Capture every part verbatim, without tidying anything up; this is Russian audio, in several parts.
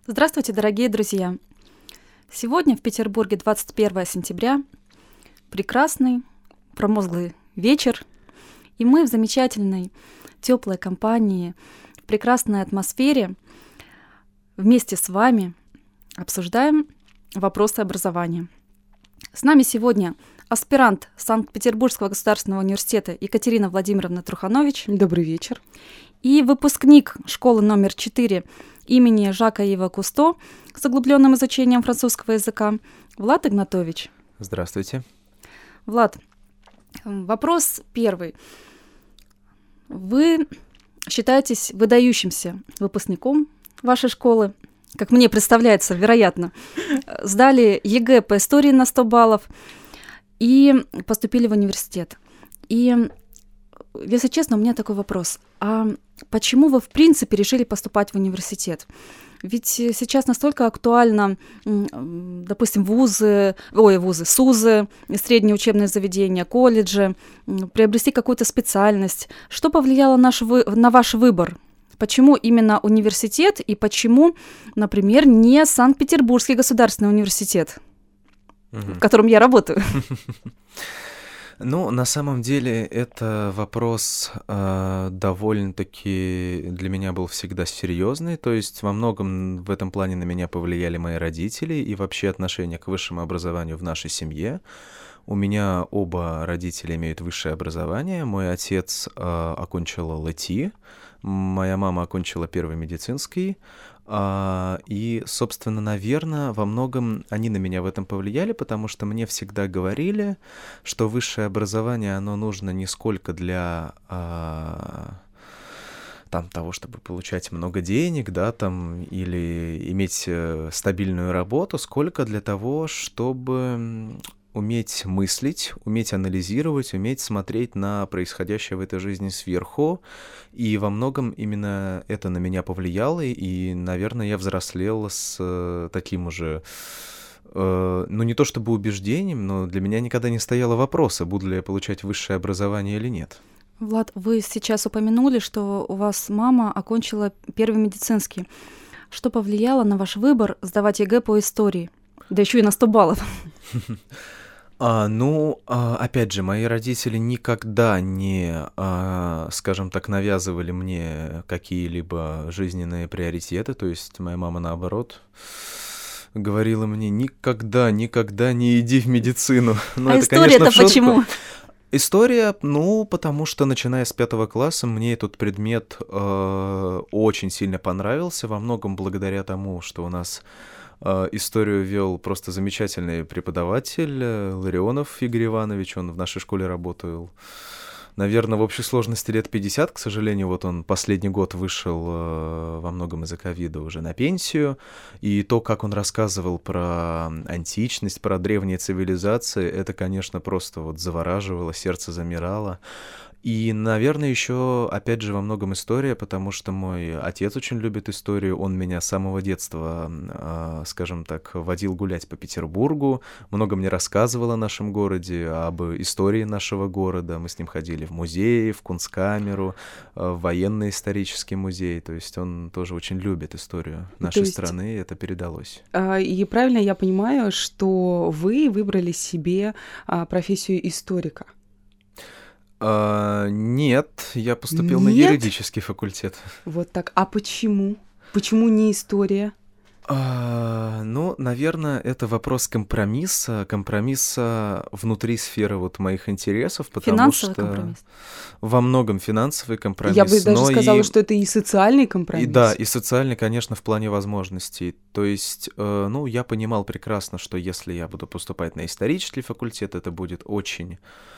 Здравствуйте, дорогие друзья! Сегодня в Петербурге двадцать первое сентября, прекрасный, промозглый вечер, и мы в замечательной, теплой компании, в прекрасной атмосфере вместе с вами обсуждаем вопросы образования. С нами сегодня аспирант Санкт-Петербургского государственного университета Екатерина Владимировна Труханович. Добрый вечер. И выпускник школы номер четыре имени Жака-Ива Кусто с углубленным изучением французского языка Влад Игнатович. Здравствуйте. Влад, вопрос первый. Вы считаетесь выдающимся выпускником вашей школы, как мне представляется, вероятно. Сдали ЕГЭ по истории на сто баллов и поступили в университет. И, если честно, у меня такой вопрос. А почему вы, в принципе, решили поступать в университет? Ведь сейчас настолько актуально, допустим, вузы, ой, вузы, СУЗы, средние учебные заведения, колледжи, приобрести какую-то специальность. Что повлияло наш вы, на ваш выбор? Почему именно университет и почему, например, не Санкт-Петербургский государственный университет, угу. в котором я работаю? Ну, на самом деле, это вопрос э, довольно-таки для меня был всегда серьезный. То есть во многом в этом плане на меня повлияли мои родители и вообще отношение к высшему образованию в нашей семье. У меня оба родителя имеют высшее образование. Мой отец э, окончил ЛЭТИ, моя мама окончила первый медицинский. Uh, и, собственно, наверное, во многом они на меня в этом повлияли, потому что мне всегда говорили, что высшее образование, оно нужно не сколько для uh, там, того, чтобы получать много денег, да, там, или иметь стабильную работу, сколько для того, чтобы уметь мыслить, уметь анализировать, уметь смотреть на происходящее в этой жизни сверху. И во многом именно это на меня повлияло, и, наверное, я взрослел с э, таким уже, э, ну, не то чтобы убеждением, но для меня никогда не стояло вопроса, буду ли я получать высшее образование или нет. Влад, вы сейчас упомянули, что у вас мама окончила первый медицинский. Что повлияло на ваш выбор сдавать ЕГЭ по истории? Да еще и на сто баллов. А, ну, а, опять же, мои родители никогда не, а, скажем так, навязывали мне какие-либо жизненные приоритеты, то есть моя мама, наоборот, говорила мне: никогда, никогда не иди в медицину. Но а это, история-то конечно, почему? История, ну, потому что, начиная с пятого класса, мне этот предмет э, очень сильно понравился, во многом благодаря тому, что у нас историю вел просто замечательный преподаватель Ларионов Игорь Иванович, он в нашей школе работал, наверное, в общей сложности лет пятьдесят, к сожалению, вот он последний год вышел во многом из-за ковида уже на пенсию, и то, как он рассказывал про античность, про древние цивилизации, это, конечно, просто вот завораживало, сердце замирало. И, наверное, еще, опять же, во многом история, потому что мой отец очень любит историю, он меня с самого детства, скажем так, водил гулять по Петербургу, много мне рассказывал о нашем городе, об истории нашего города, мы с ним ходили в музеи, в Кунсткамеру, в военно-исторический музей, то есть он тоже очень любит историю нашей есть... страны, и это передалось. И правильно я понимаю, что вы выбрали себе профессию историка? Uh, нет, я поступил нет? на юридический факультет. Вот так. А почему? Почему не история? Uh, ну, наверное, это вопрос компромисса, компромисса внутри сферы вот моих интересов, потому финансовый что компромисс. Во многом финансовый компромисс. Я бы даже но сказала, и... что это и социальный компромисс. И, да, и социальный, конечно, в плане возможностей. То есть, э, ну, я понимал прекрасно, что если я буду поступать на исторический факультет, это будет очень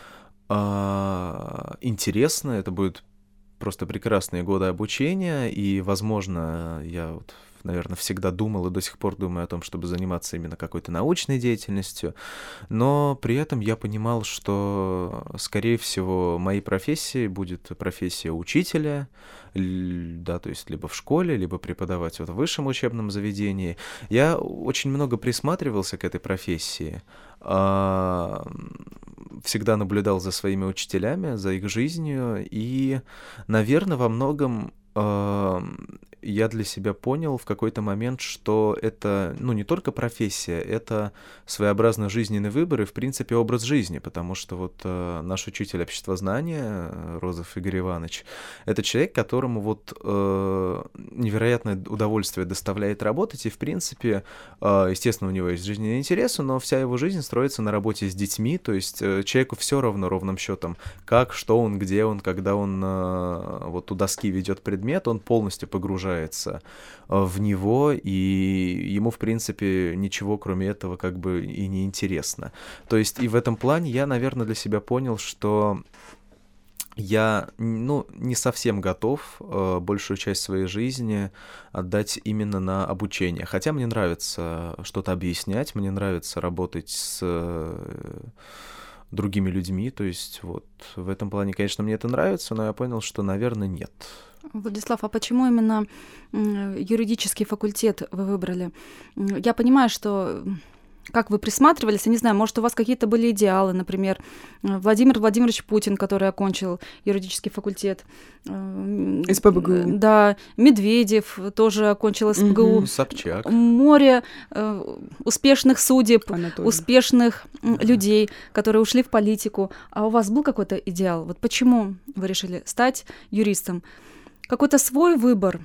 интересно, это будут просто прекрасные годы обучения, и, возможно, я вот, наверное, всегда думал и до сих пор думаю о том, чтобы заниматься именно какой-то научной деятельностью, но при этом я понимал, что, скорее всего, моей профессией будет профессия учителя, да, то есть либо в школе, либо преподавать вот в высшем учебном заведении. Я очень много присматривался к этой профессии, всегда наблюдал за своими учителями, за их жизнью, и, наверное, во многом э, я для себя понял в какой-то момент, что это, ну, не только профессия, это своеобразный жизненный выбор и, в принципе, образ жизни, потому что вот э, наш учитель обществознания, Розов Игорь Иванович, это человек, которому вот э, невероятное удовольствие доставляет работать, и, в принципе, э, естественно, у него есть жизненные интересы, но вся его жизнь строится на работе с детьми, то есть э, человеку все равно ровным счетом, как, что он, где он, когда он э, вот у доски ведет предмет, он полностью погружается э, в него, и ему, в принципе, ничего кроме этого как бы и не интересно. То есть и в этом плане я, наверное, для себя понял, что я, ну, не совсем готов э, большую часть своей жизни отдать именно на обучение. Хотя мне нравится что-то объяснять, мне нравится работать с э, другими людьми. То есть вот в этом плане, конечно, мне это нравится, но я понял, что, наверное, нет. Владислав, а почему именно юридический факультет вы выбрали? Я понимаю, что... Как вы присматривались? Я не знаю, может, у вас какие-то были идеалы, например, Владимир Владимирович Путин, который окончил юридический факультет. эс пэ бэ гэ у. Да, Медведев тоже окончил эс пэ гэ у. Угу. Собчак. Море э, успешных судеб, Анатолий. Успешных людей, которые ушли в политику. А у вас был какой-то идеал? Вот почему вы решили стать юристом? Какой-то свой выбор?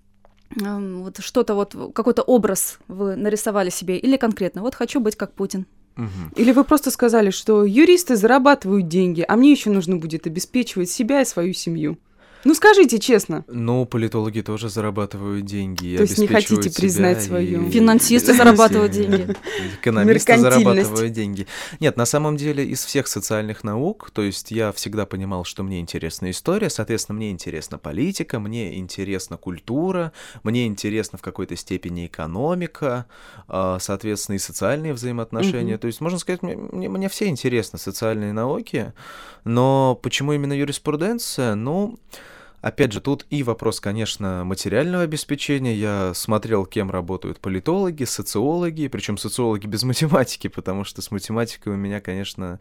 Вот что-то вот, какой-то образ вы нарисовали себе, или конкретно, вот хочу быть как Путин. Угу. Или вы просто сказали, что юристы зарабатывают деньги, а мне еще нужно будет обеспечивать себя и свою семью. Ну, скажите честно. Ну, политологи тоже зарабатывают деньги. То есть не хотите признать свою... И... Финансисты зарабатывают деньги. Экономисты зарабатывают деньги. Нет, на самом деле из всех социальных наук, то есть я всегда понимал, что мне интересна история, соответственно, мне интересна политика, мне интересна культура, мне интересна в какой-то степени экономика, соответственно, и социальные взаимоотношения. Угу. То есть, можно сказать, мне, мне, мне все интересны социальные науки, но почему именно юриспруденция? Ну... Опять же, тут и вопрос, конечно, материального обеспечения. Я смотрел, кем работают политологи, социологи, причем социологи без математики, потому что с математикой у меня, конечно,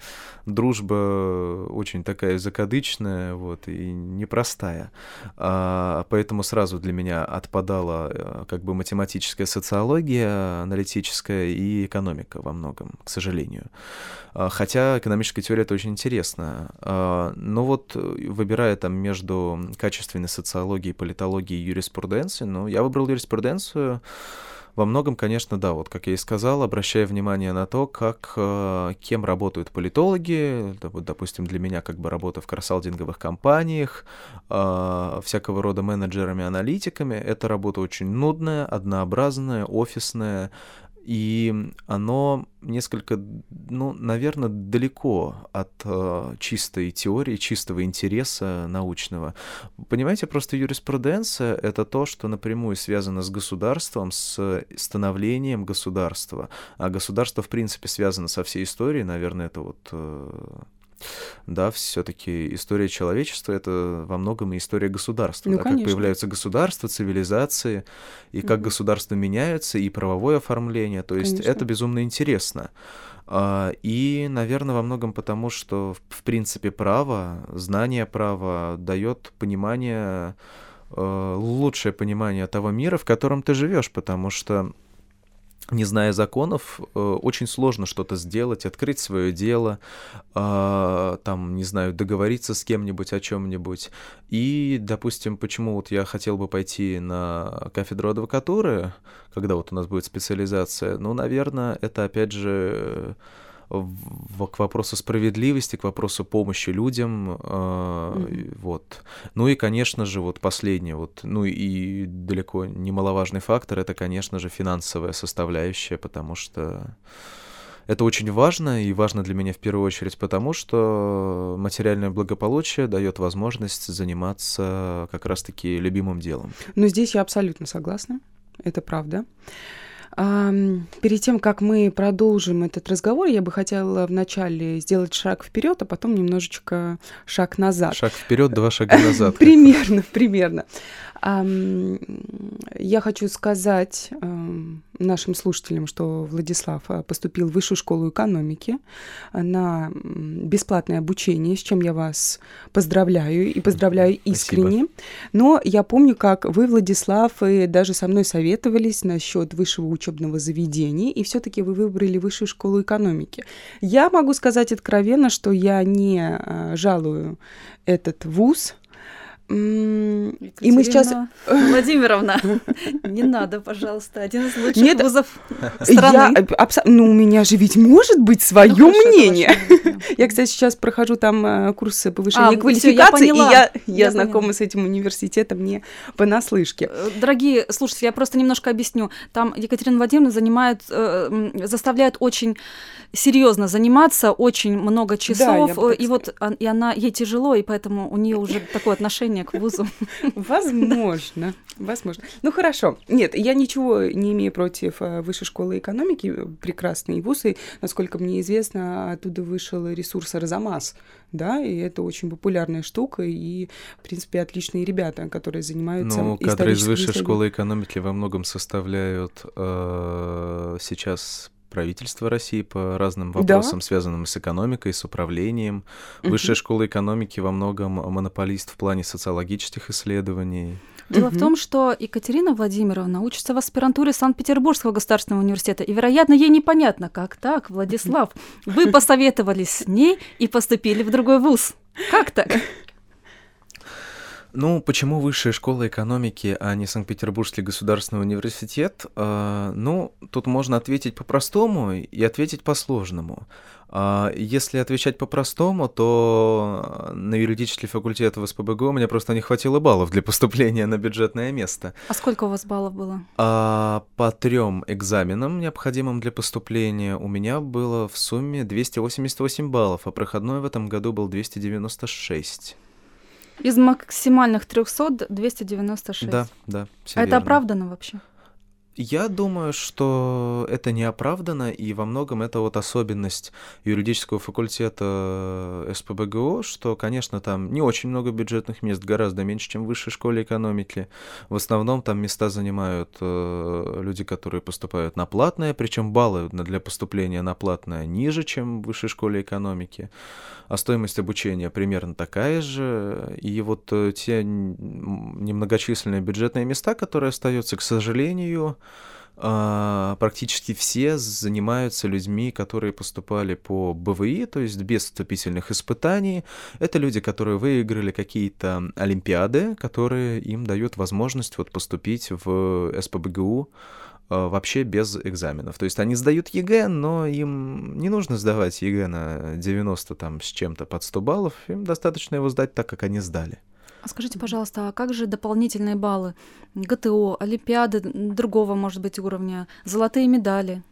дружба очень такая закадычная, вот, и непростая. А, поэтому сразу для меня отпадала как бы математическая социология, аналитическая и экономика во многом, к сожалению. А, хотя экономическая теория — это очень интересно. А, но вот, выбирая там между качественной социологии, политологии и юриспруденции, ну, я выбрал юриспруденцию во многом, конечно, да, вот как я и сказал, обращая внимание на то, как, кем работают политологи, допустим, для меня как бы работа в консалтинговых компаниях, всякого рода менеджерами, аналитиками, это работа очень нудная, однообразная, офисная, и оно несколько, ну, наверное, далеко от э, чистой теории, чистого интереса научного. Понимаете, просто юриспруденция — это то, что напрямую связано с государством, с становлением государства. А государство, в принципе, связано со всей историей, наверное, это вот... Э, да, все-таки история человечества — это во многом и история государства, ну, да, как появляются государства, цивилизации, и как mm-hmm. государства меняются, и правовое оформление, то есть конечно. Это безумно интересно. И, наверное, во многом потому, что, в принципе, право, знание права дает понимание, лучшее понимание того мира, в котором ты живешь, потому что не зная законов, очень сложно что-то сделать, открыть свое дело, там, не знаю, договориться с кем-нибудь о чем-нибудь. И, допустим, почему вот я хотел бы пойти на кафедру адвокатуры, когда вот у нас будет специализация, ну, наверное, это, опять же, к вопросу справедливости, к вопросу помощи людям, mm-hmm. вот. Ну и, конечно же, вот последний, вот, ну и далеко немаловажный фактор — это, конечно же, финансовая составляющая, потому что это очень важно, и важно для меня в первую очередь потому, что материальное благополучие дает возможность заниматься как раз-таки любимым делом. Ну, здесь я абсолютно согласна, это правда. Перед тем, как мы продолжим этот разговор, я бы хотела вначале сделать шаг вперед, а потом немножечко шаг назад. Шаг вперед, два шага назад. Примерно, примерно. Я хочу сказать, нашим слушателям, что Владислав поступил в Высшую школу экономики на бесплатное обучение, с чем я вас поздравляю и поздравляю искренне. Спасибо. Но я помню, как вы, Владислав, и даже со мной советовались насчет высшего учебного заведения, и все-таки вы выбрали Высшую школу экономики. Я могу сказать откровенно, что я не жалую этот вуз. Екатерина И мы сейчас... Владимировна, не надо, пожалуйста, один из лучших Нет, вузов страны. Я, абс... Ну, у меня же ведь может быть свое Ну, хорошо, мнение. хорошо. Я, кстати, сейчас прохожу там курсы повышения А, квалификации, всё, я и я, Я я знакома поняла. с этим университетом не понаслышке. Дорогие слушатели, я просто немножко объясню. Там Екатерина Владимировна занимает, э, м, заставляет очень серьезно заниматься, очень много часов, я бы так и вот а- и она ей тяжело, и поэтому у нее уже такое отношение к вузу. Возможно, возможно. Ну, хорошо. Нет, я ничего не имею против э, Высшей школы экономики. Прекрасные вузы. Насколько мне известно, оттуда вышел ресурс «Арзамас». Да, и это очень популярная штука, и, в принципе, отличные ребята, которые занимаются Ну, кадры из историческими Высшей исследованиями. школы экономики во многом составляют э, сейчас правительство России по разным Да. вопросам, связанным с экономикой, с управлением. Мгм. Высшая школа экономики во многом монополист в плане социологических исследований. Дело Мгм. в том, что Екатерина Владимировна учится в аспирантуре Санкт-Петербургского государственного университета, и, вероятно, ей непонятно, как так, Владислав, вы посоветовались с ней и поступили в другой вуз. Как так? Ну, почему Высшая школа экономики, а не Санкт-Петербургский государственный университет? А, ну, тут можно ответить по-простому и ответить по-сложному. А, если отвечать по-простому, то на юридический факультет в СПбГУ у меня просто не хватило баллов для поступления на бюджетное место. А сколько у вас баллов было? А по трем экзаменам, необходимым для поступления, у меня было в сумме двести восемьдесят восемь баллов, а проходной в этом году был двести девяносто шесть. Из максимальных трехсот двести девяносто шесть. Да, да, всё А это верно. оправдано вообще? Я думаю, что это не оправдано, и во многом это вот особенность юридического факультета СПбГУ, что, конечно, там не очень много бюджетных мест, гораздо меньше, чем в Высшей школе экономики. В основном там места занимают э, люди, которые поступают на платное, причем баллы для поступления на платное ниже, чем в Высшей школе экономики, а стоимость обучения примерно такая же. И вот э, те н- немногочисленные бюджетные места, которые остаются, к сожалению, а, практически все занимаются людьми, которые поступали по БВИ, то есть без вступительных испытаний. Это люди, которые выиграли какие-то олимпиады, которые им дают возможность вот поступить в СПбГУ а, вообще без экзаменов. То есть они сдают ЕГЭ, но им не нужно сдавать ЕГЭ на девяносто там с чем-то под сто баллов, им достаточно его сдать так, как они сдали. А скажите, пожалуйста, а как же дополнительные баллы? ГТО, олимпиады другого, может быть, уровня, золотые медали?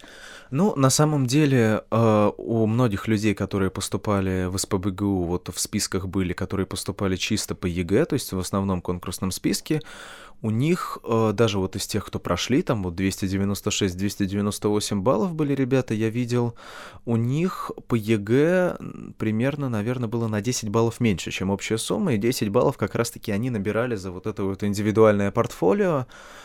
Ну, на самом деле, э, у многих людей, которые поступали в СПбГУ, вот в списках были, которые поступали чисто по ЕГЭ, то есть в основном конкурсном списке, у них, э, даже вот из тех, кто прошли, там вот двести девяносто шесть - двести девяносто восемь баллов были ребята, я видел, у них по ЕГЭ примерно, наверное, было на десять баллов меньше, чем общая сумма, и десять баллов как раз-таки они набирали за вот это вот индивидуальное портфолио.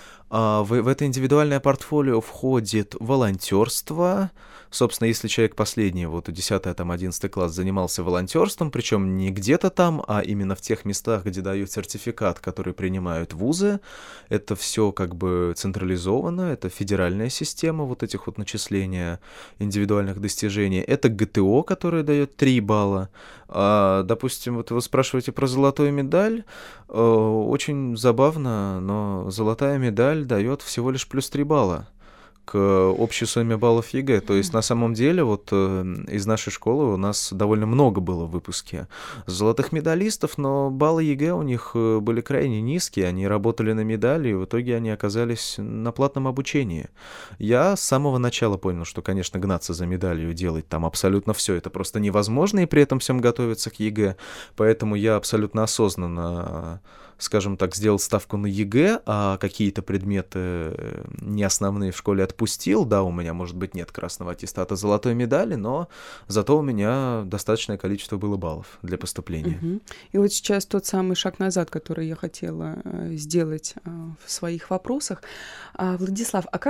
А, В, в это индивидуальное портфолио входит волонтерство. Собственно, если человек последний, вот десятый, там, одиннадцатый класс занимался волонтерством, причем не где-то там, а именно в тех местах, где дают сертификат, который принимают вузы, это все как бы централизовано, это федеральная система вот этих вот начисления индивидуальных достижений. Это ГТО, которое дает три балла. А, допустим, вот вы спрашиваете про золотую медаль. Э, Очень забавно, но золотая медаль дает всего лишь плюс три балла к общей сумме баллов ЕГЭ. То есть на самом деле вот э, из нашей школы у нас довольно много было в выпуске золотых медалистов, но баллы ЕГЭ у них э, были крайне низкие, они работали на медали, и в итоге они оказались на платном обучении. Я с самого начала понял, что, конечно, гнаться за медалью и делать там абсолютно все это просто невозможно, и при этом всем готовиться к ЕГЭ, поэтому я абсолютно осознанно, скажем так, сделал ставку на ЕГЭ, а какие-то предметы не основные в школе отпустил. Да, у меня, может быть, нет красного аттестата золотой медали, но зато у меня достаточное количество было баллов для поступления. Мгм. И вот сейчас тот самый шаг назад, который я хотела э, сделать э, в своих вопросах. А, Владислав, а как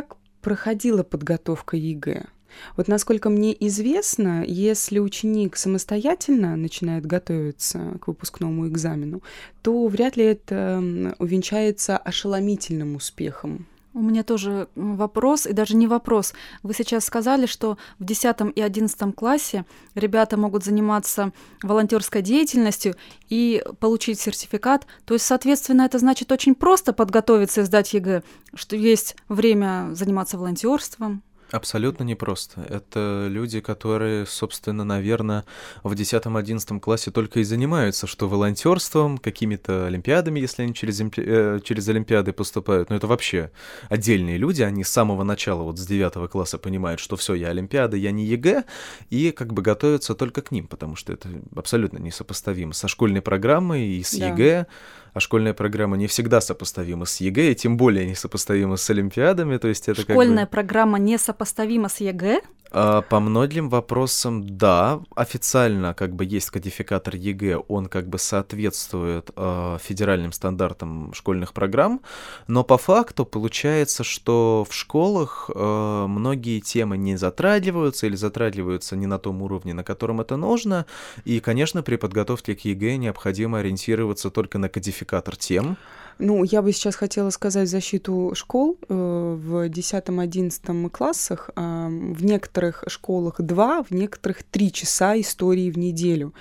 проходила подготовка ЕГЭ. Вот насколько мне известно, если ученик самостоятельно начинает готовиться к выпускному экзамену, то вряд ли это увенчается ошеломительным успехом. У меня тоже вопрос, и даже не вопрос. Вы сейчас сказали, что в десятом и одиннадцатом классе ребята могут заниматься волонтерской деятельностью и получить сертификат. То есть, соответственно, это значит очень просто подготовиться и сдать ЕГЭ, что есть время заниматься волонтерством. Абсолютно непросто. Это люди, которые, собственно, наверное, в десятом-одиннадцатом классе только и занимаются, что волонтерством, какими-то олимпиадами, если они через, э, через олимпиады поступают. Но это вообще отдельные люди, они с самого начала, вот с девятого класса понимают, что все, я олимпиада, я не ЕГЭ, и как бы готовятся только к ним, потому что это абсолютно несопоставимо со школьной программой и с да. ЕГЭ. А школьная программа не всегда сопоставима с ЕГЭ, и тем более несопоставима с олимпиадами. То есть это школьная как бы... программа несопоставима с ЕГЭ? А, по многим вопросам, да. Официально как бы есть кодификатор ЕГЭ, он как бы соответствует э, федеральным стандартам школьных программ, но по факту получается, что в школах э, многие темы не затрагиваются или затрагиваются не на том уровне, на котором это нужно, и, конечно, при подготовке к ЕГЭ необходимо ориентироваться только на кодификатор тем. Ну, я бы сейчас хотела сказать в защиту школ. В десятом-одиннадцатом классах в некоторых школах два, в некоторых три часа истории в неделю.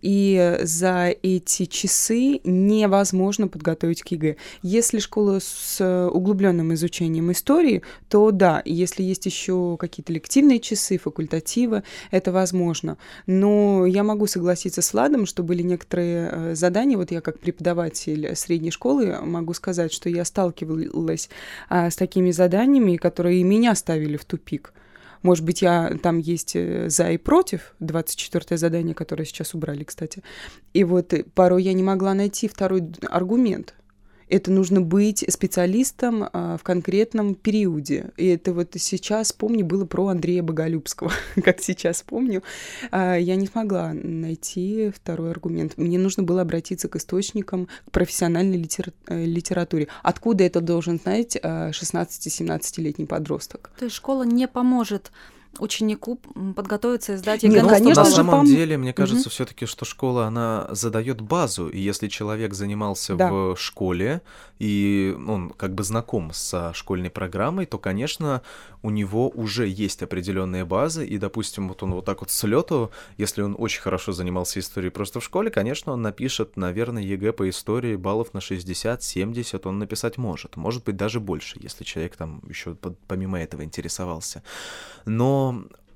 И за эти часы невозможно подготовить к ЕГЭ. Если школа с углубленным изучением истории, то да, если есть еще какие-то лективные часы, факультативы, это возможно. Но я могу согласиться с Владом, что были некоторые задания, вот я как преподаватель средней школы могу сказать, что я сталкивалась а, с такими заданиями, которые и меня ставили в тупик. Может быть, я, там есть за и против, двадцать четвёртое задание, которое сейчас убрали, кстати. И вот порой я не могла найти второй аргумент. Это нужно быть специалистом а, в конкретном периоде. И это вот сейчас, помню, было про Андрея Боголюбского, как сейчас помню. А, я не смогла найти второй аргумент. Мне нужно было обратиться к источникам, к профессиональной литера- литературе. Откуда это должен знать шестнадцати-семнадцатилетний подросток? То есть школа не поможет ученику подготовиться и сдать ЕГЭ? Нет, ну, конечно на же, самом пом... деле, мне кажется, угу. все-таки, что школа, она задает базу, и если человек занимался да. в школе, и он как бы знаком со школьной программой, то, конечно, у него уже есть определенные базы, и, допустим, вот он вот так вот с лету, если он очень хорошо занимался историей просто в школе, конечно, он напишет, наверное, ЕГЭ по истории баллов на шестьдесят-семьдесят он написать может, может быть, даже больше, если человек там еще помимо этого интересовался. Но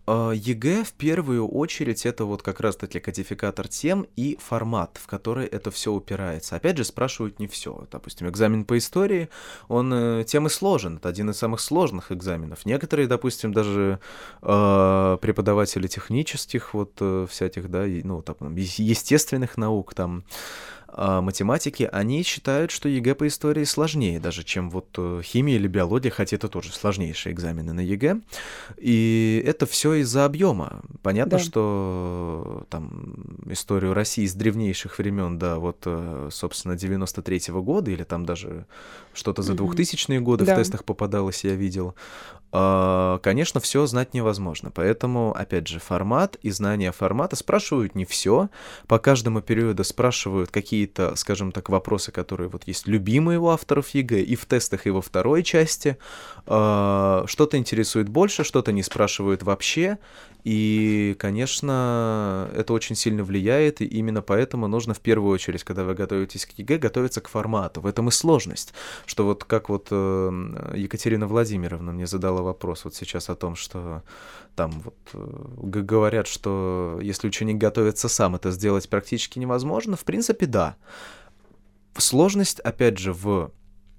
ЕГЭ в первую очередь это вот как раз-таки кодификатор тем и формат, в который это все упирается. Опять же, спрашивают не все. Допустим, экзамен по истории, он тем и сложен. Это один из самых сложных экзаменов. Некоторые, допустим, даже э, преподаватели технических вот э, всяких, да, ну, там, естественных наук, там, математики, они считают, что ЕГЭ по истории сложнее даже, чем вот химия или биология, хотя это тоже сложнейшие экзамены на ЕГЭ. И это все из-за объема. Понятно, да. что там историю России с древнейших времен, да, вот, собственно, девяносто третьего года, или там даже что-то за двухтысячные годы да. в тестах попадалось, я видел. Конечно, все знать невозможно. Поэтому, опять же, формат и знание формата спрашивают не все. По каждому периоду спрашивают какие-то, скажем так, вопросы, которые вот есть любимые у авторов ЕГЭ, и в тестах, и во второй части. Что-то интересует больше, что-то не спрашивают вообще. И, конечно, это очень сильно влияет, и именно поэтому нужно в первую очередь, когда вы готовитесь к ЕГЭ, готовиться к формату. В этом и сложность. Что вот как вот Екатерина Владимировна мне задала вопрос вот сейчас о том, что там вот говорят, что если ученик готовится сам, это сделать практически невозможно. В принципе, да. Сложность, опять же, в...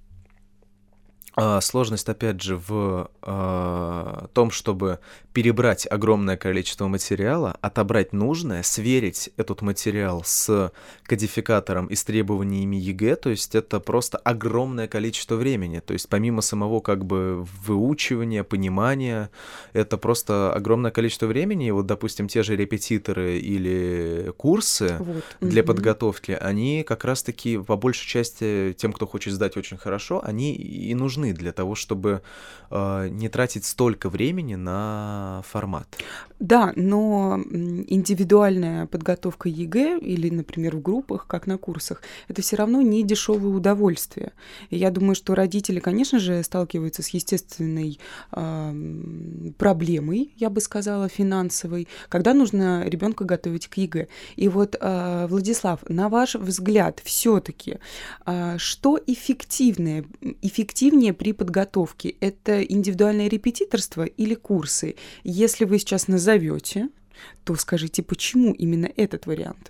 Сложность, опять же, в э, том, чтобы перебрать огромное количество материала, отобрать нужное, сверить этот материал с кодификатором и с требованиями ЕГЭ, то есть это просто огромное количество времени. То есть помимо самого как бы выучивания, понимания, это просто огромное количество времени. И вот, допустим, те же репетиторы или курсы вот. для mm-hmm. подготовки, они как раз-таки по большей части тем, кто хочет сдать очень хорошо, они и нужны. нужны для того, чтобы э, не тратить столько времени на формат. Да, но индивидуальная подготовка ЕГЭ или, например, в группах, как на курсах, это все равно не дешевое удовольствие. И я думаю, что родители, конечно же, сталкиваются с естественной э, проблемой, я бы сказала, финансовой, когда нужно ребенка готовить к ЕГЭ. И вот, э, Владислав, на ваш взгляд, все-таки, э, что эффективнее, эффективнее при подготовке? Это индивидуальное репетиторство или курсы? Если вы сейчас назовете, то скажите, почему именно этот вариант?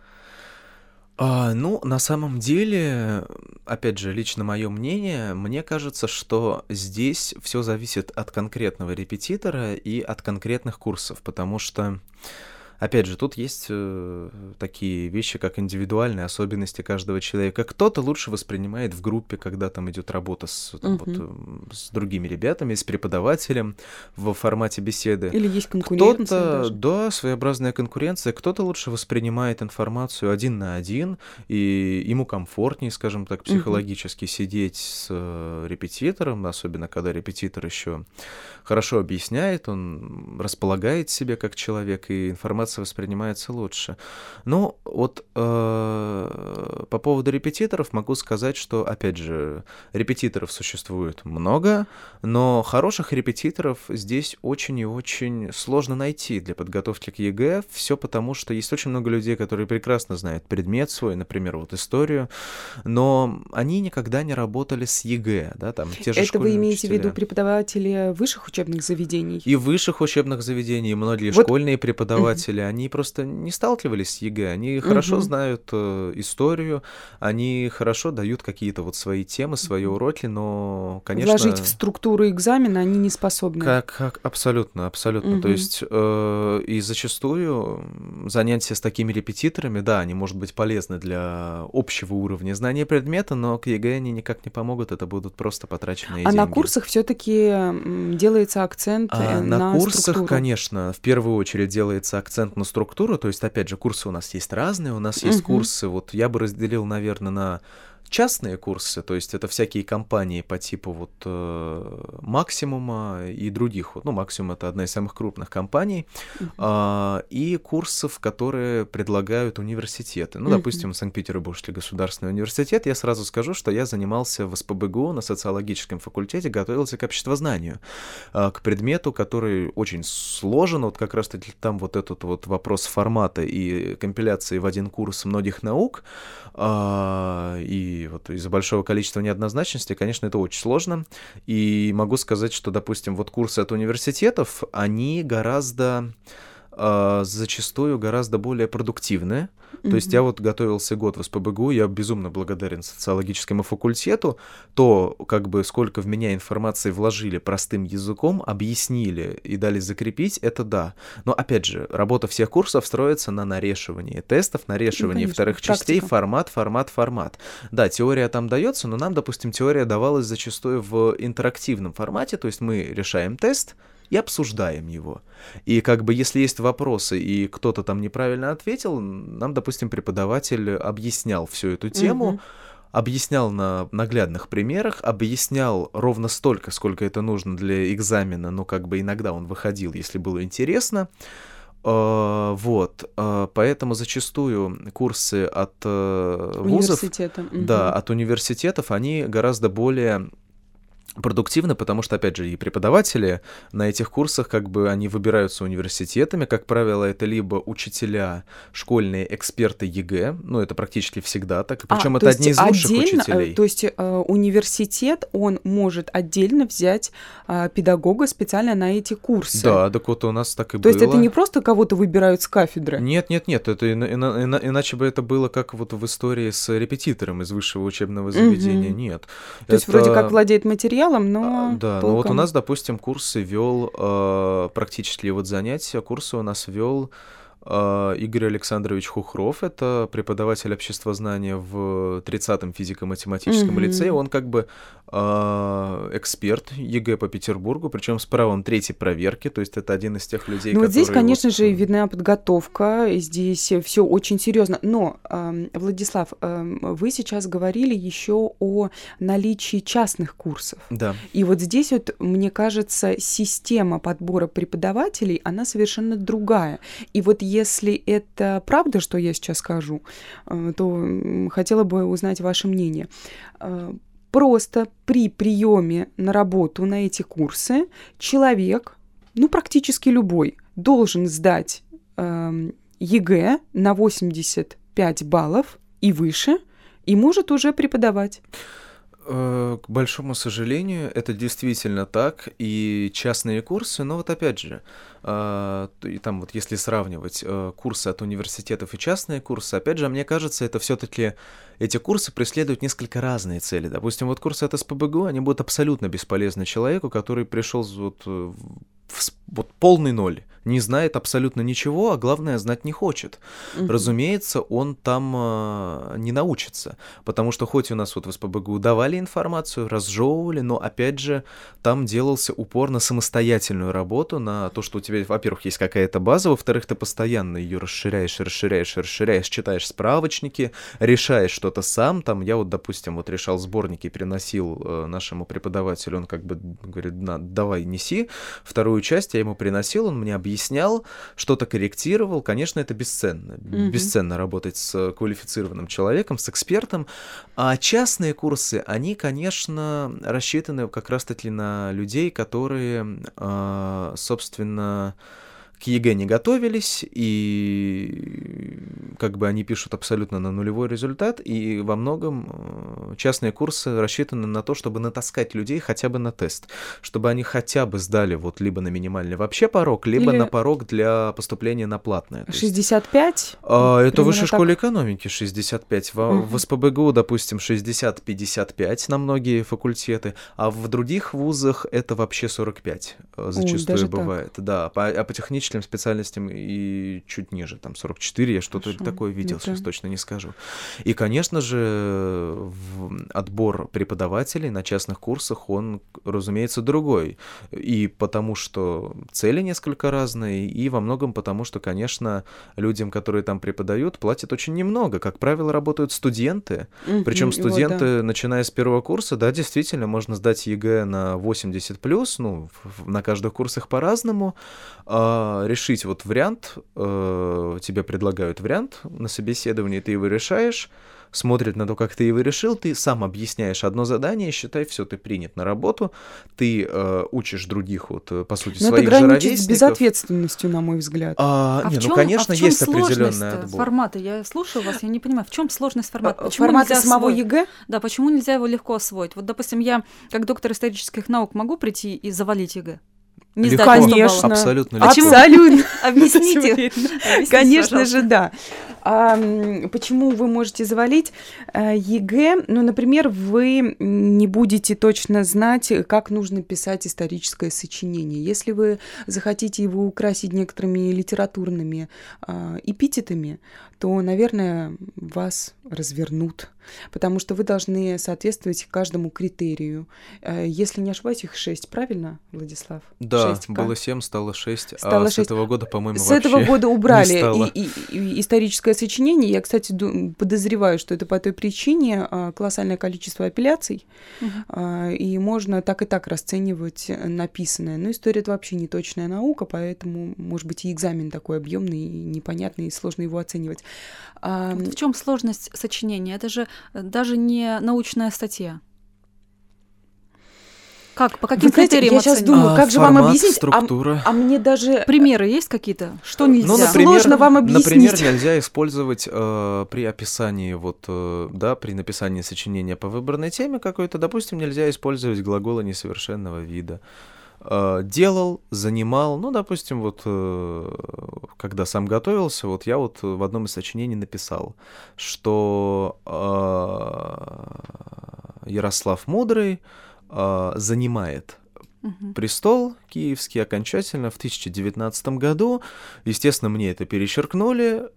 А, ну, на самом деле, опять же, лично мое мнение, мне кажется, что здесь все зависит от конкретного репетитора и от конкретных курсов, потому что, опять же, тут есть э, такие вещи, как индивидуальные особенности каждого человека. Кто-то лучше воспринимает в группе, когда там идет работа с, там, uh-huh. вот, с другими ребятами, с преподавателем в формате беседы. Или есть конкуренция Кто-то, даже. да, своеобразная конкуренция. Кто-то лучше воспринимает информацию один на один, и ему комфортнее, скажем так, психологически uh-huh. сидеть с э, репетитором, особенно когда репетитор еще хорошо объясняет, он располагает себя как человек, и информация воспринимается лучше. Ну, вот э, по поводу репетиторов могу сказать, что, опять же, репетиторов существует много, но хороших репетиторов здесь очень и очень сложно найти для подготовки к ЕГЭ. Все потому, что есть очень много людей, которые прекрасно знают предмет свой, например, вот историю, но они никогда не работали с ЕГЭ, да, там те же Это школьные вы имеете учителя. в виду преподаватели высших учебных заведений? И высших учебных заведений, и многие Вот. школьные преподаватели, они просто не сталкивались с ЕГЭ, они хорошо Мгм. знают э, историю, они хорошо дают какие-то вот свои темы, свои уроки, но, конечно... Вложить в структуру экзамена они не способны. Как, как абсолютно, абсолютно. Мгм. То есть э, и зачастую занятия с такими репетиторами, да, они, может быть, полезны для общего уровня знания предмета, но к ЕГЭ они никак не помогут, это будут просто потраченные А деньги. на курсах все-таки делается акцент А э, на на курсах, структуру. конечно, в первую очередь делается акцент на структуру, то есть, опять же, курсы у нас есть разные, у нас есть Мгм. курсы, вот я бы разделил, наверное, на частные курсы, то есть это всякие компании по типу вот э, Максимума и других, вот, ну, Максимум — это одна из самых крупных компаний, Мгм. а, и курсов, которые предлагают университеты. Ну, Мгм. допустим, Санкт-Петербургский государственный университет, я сразу скажу, что я занимался в СПбГУ на социологическом факультете, готовился к обществознанию, а, к предмету, который очень сложен, вот как раз-таки там вот этот вот вопрос формата и компиляции в один курс многих наук, а, и вот из-за большого количества неоднозначности, конечно, это очень сложно, и могу сказать, что, допустим, вот курсы от университетов, они гораздо, а, зачастую гораздо более продуктивны. То есть я Мгм. вот готовился год в СПбГУ, я безумно благодарен социологическому факультету, то, как бы, сколько в меня информации вложили простым языком, объяснили и дали закрепить, это да. Но, опять же, работа всех курсов строится на нарешивании тестов, нарешивании конечно, вторых частей, практика. формат, формат, формат. Да, теория там дается, но нам, допустим, теория давалась зачастую в интерактивном формате, то есть мы решаем тест и обсуждаем его. И как бы если есть вопросы, и кто-то там неправильно ответил, нам, допустим, преподаватель объяснял всю эту тему, Мгм. объяснял на наглядных примерах, объяснял ровно столько, сколько это нужно для экзамена, но как бы иногда он выходил, если было интересно. А, Вот, а, поэтому зачастую курсы от э, вузов, Университета. да, Мгм. от университетов, они гораздо более продуктивно, потому что, опять же, и преподаватели на этих курсах, как бы, они выбираются университетами, как правило, это либо учителя, школьные эксперты ЕГЭ, ну, это практически всегда так, А, причем то это есть одни из лучших отдельно, э, учителей. то есть э, университет, он может отдельно взять а, педагога специально на эти курсы. Да, так вот у нас так и То было. есть это не просто кого-то выбирают с кафедры. Нет, нет, нет, это ина- ина- ина- иначе бы это было как вот в истории с репетитором из высшего учебного заведения. Мгм. Нет. То есть Это- вроде как владеет материалом, А, но Да, ну вот у толком- нас, допустим, курсы вел э, практически вот занятия, курсы у нас вел э, Игорь Александрович Хухров, это преподаватель обществознания в тридцатом физико-математическом Мгм. лицее. Он как бы э, эксперт ЕГЭ по Петербургу, причем с правом третьей проверки, то есть это один из тех людей, ну, которые... Вот здесь, конечно вот... же, видна подготовка, здесь все очень серьезно. Но, э, Владислав, э, вы сейчас говорили еще о наличии частных курсов. Да. И вот здесь вот, мне кажется, система подбора преподавателей, она совершенно другая. И вот если это правда, что я сейчас скажу, э, то хотела бы узнать ваше мнение. Э, просто при приеме на работу на эти курсы человек, ну, практически любой, должен сдать э, ЕГЭ на восемьдесят пять баллов и выше, и может уже преподавать. К большому сожалению, это действительно так, и частные курсы, но вот опять же, и там вот если сравнивать курсы от университетов и частные курсы, опять же, мне кажется, это все-таки эти курсы преследуют несколько разные цели. Допустим, вот курсы от СПбГУ, они будут абсолютно бесполезны человеку, который пришел вот в вот полный ноль, не знает абсолютно ничего, а главное, знать не хочет. Угу. Разумеется, он там э, не научится, потому что хоть у нас вот в СПбГУ давали информацию, разжевывали, но, опять же, там делался упор на самостоятельную работу, на то, что у тебя, во-первых, есть какая-то база, во-вторых, ты постоянно ее расширяешь, расширяешь, расширяешь, читаешь справочники, решаешь что-то сам. Там я вот, допустим, вот решал сборники, приносил э, нашему преподавателю, он как бы говорит, на, давай, неси. Вторую часть я ему приносил, он мне объяснял, что-то корректировал. Конечно, это бесценно. Mm-hmm. Бесценно работать с квалифицированным человеком, с экспертом. А частные курсы, они, конечно, рассчитаны как раз-таки на людей, которые, э, собственно, к ЕГЭ не готовились, и как бы они пишут абсолютно на нулевой результат, и во многом частные курсы рассчитаны на то, чтобы натаскать людей хотя бы на тест, чтобы они хотя бы сдали вот либо на минимальный вообще порог, либо Или... на порог для поступления на платное. шестьдесят пять? А, это в высшей так... школе экономики шестьдесят пять, в, uh-huh. в СПбГУ, допустим, шестьдесят пятьдесят пять на многие факультеты, а в других вузах это вообще сорок пять зачастую Ой, бывает. Так. Да, по, а по техническим специальностям и чуть ниже, там сорок четыре, я что-то Хорошо. такое видел, это... сейчас точно не скажу. И, конечно же, отбор преподавателей на частных курсах, он, разумеется, другой. И потому что цели несколько разные, и во многом потому что, конечно, людям, которые там преподают, платят очень немного. Как правило, работают студенты, mm-hmm. причем студенты, вот, да. начиная с первого курса, да, действительно, можно сдать ЕГЭ на восемьдесят плюс, ну, на каждых курсах по-разному, решить вот вариант, э, тебе предлагают вариант на собеседовании, ты его решаешь, смотрят на то, как ты его решил, ты сам объясняешь одно задание, считай, все, ты принят на работу, ты э, учишь других, вот, по сути, Но своих же ровесников. Это граничит с безответственностью, на мой взгляд. А, а не, в чем, ну, конечно, а в чем есть определенный отбор. Формата? Я слушаю вас, я не понимаю, в чем сложность формата? Почему формата самого освоить? ЕГЭ? Да, почему нельзя его легко освоить? Вот, допустим, я, как доктор исторических наук, могу прийти и завалить ЕГЭ? Не легко, конечно, абсолютно легко. Абсолютно. Объясните. Конечно же, да. А, почему вы можете завалить ЕГЭ? Ну, например, вы не будете точно знать, как нужно писать историческое сочинение. Если вы захотите его украсить некоторыми литературными а, эпитетами, то, наверное, вас развернут, потому что вы должны соответствовать каждому критерию. Если не ошибаюсь, их шесть, правильно, Владислав? Да, шесть, было семь, стало шесть, стало а шесть. С этого года, по-моему, с вообще С этого года убрали и, и, и, историческое сочинение. Я, кстати, подозреваю, что это по той причине колоссальное количество апелляций, угу. и можно так и так расценивать написанное. Но история — это вообще не точная наука, поэтому, может быть, и экзамен такой объемный, непонятный, и сложно его оценивать. В чем сложность сочинения? Это же даже не научная статья. Как? По каким знаете, критериям я сейчас думаю, а, как же формат, вам объяснить? Структура. А, а мне даже... Примеры есть какие-то? Что нельзя? Ну, например, Сложно вам объяснить. Например, нельзя использовать э, при описании, вот, э, да, при написании сочинения по выбранной теме какой-то, допустим, нельзя использовать глаголы несовершенного вида. Делал, занимал, ну, допустим, вот когда сам готовился, вот я вот в одном из сочинений написал, что Ярослав Мудрый занимает угу. престол киевский окончательно в тысяча девятнадцатом году. Естественно, мне это перечеркнули,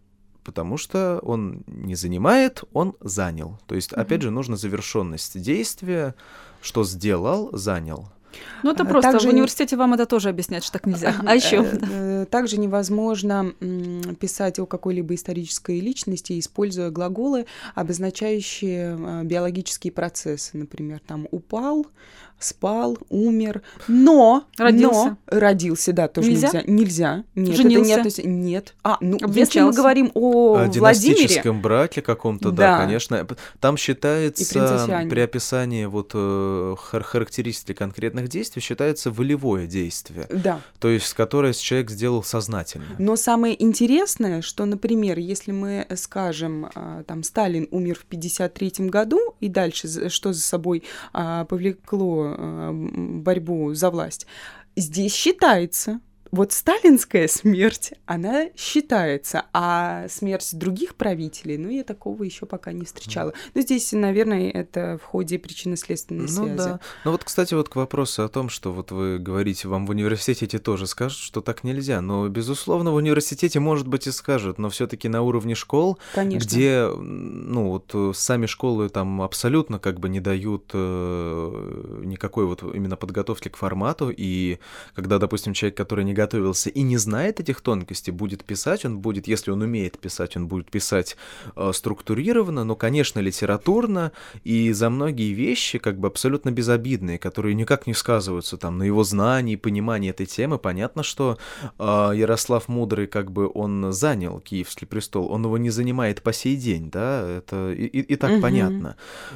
потому что он не занимает, он занял. То есть, опять Мгм. же, нужно завершенность действия, что сделал, занял. Ну, это А, просто в также не- университете вам это тоже объяснять, что так нельзя. А еще Э, э, Также невозможно м, писать о какой-либо исторической личности, используя глаголы, обозначающие э, биологические процессы. Например, там упал, спал, умер, но Родился. но родился, да, тоже Нельзя? нельзя. Нельзя. Нет, Женился? это не относится. Нет. А, ну, если мы Обвенчался? говорим о О Владимире, династическом браке каком-то, да, Да. конечно. П- Там И считается, принцессе Анне. при описании вот э, хар- характеристик конкретных действий, считается волевое действие, да. то есть которое человек сделал сознательно. Но самое интересное, что, например, если мы скажем, а, там, Сталин умер в пятьдесят третьем году, и дальше за- что за собой а, повлекло а, м, борьбу за власть, здесь считается. Вот сталинская смерть, она считается, а смерть других правителей, ну, я такого еще пока не встречала. Но здесь, наверное, это в ходе причинно-следственной Ну связи. да. Ну вот, кстати, вот к вопросу о том, что вот вы говорите, вам в университете тоже скажут, что так нельзя. Но, безусловно, в университете, может быть, и скажут, но все-таки на уровне школ, Конечно. где, ну, вот э, сами школы там абсолютно как бы не дают э, никакой вот именно подготовки к формату, и когда, допустим, человек, который не готовился и не знает этих тонкостей, будет писать, он будет, если он умеет писать, он будет писать э, структурированно, но, конечно, литературно, и за многие вещи как бы абсолютно безобидные, которые никак не сказываются там на его знании, понимании этой темы. Понятно, что э, Ярослав Мудрый как бы он занял Киевский престол, он его не занимает по сей день, да, это и, и, и так Мгм. понятно.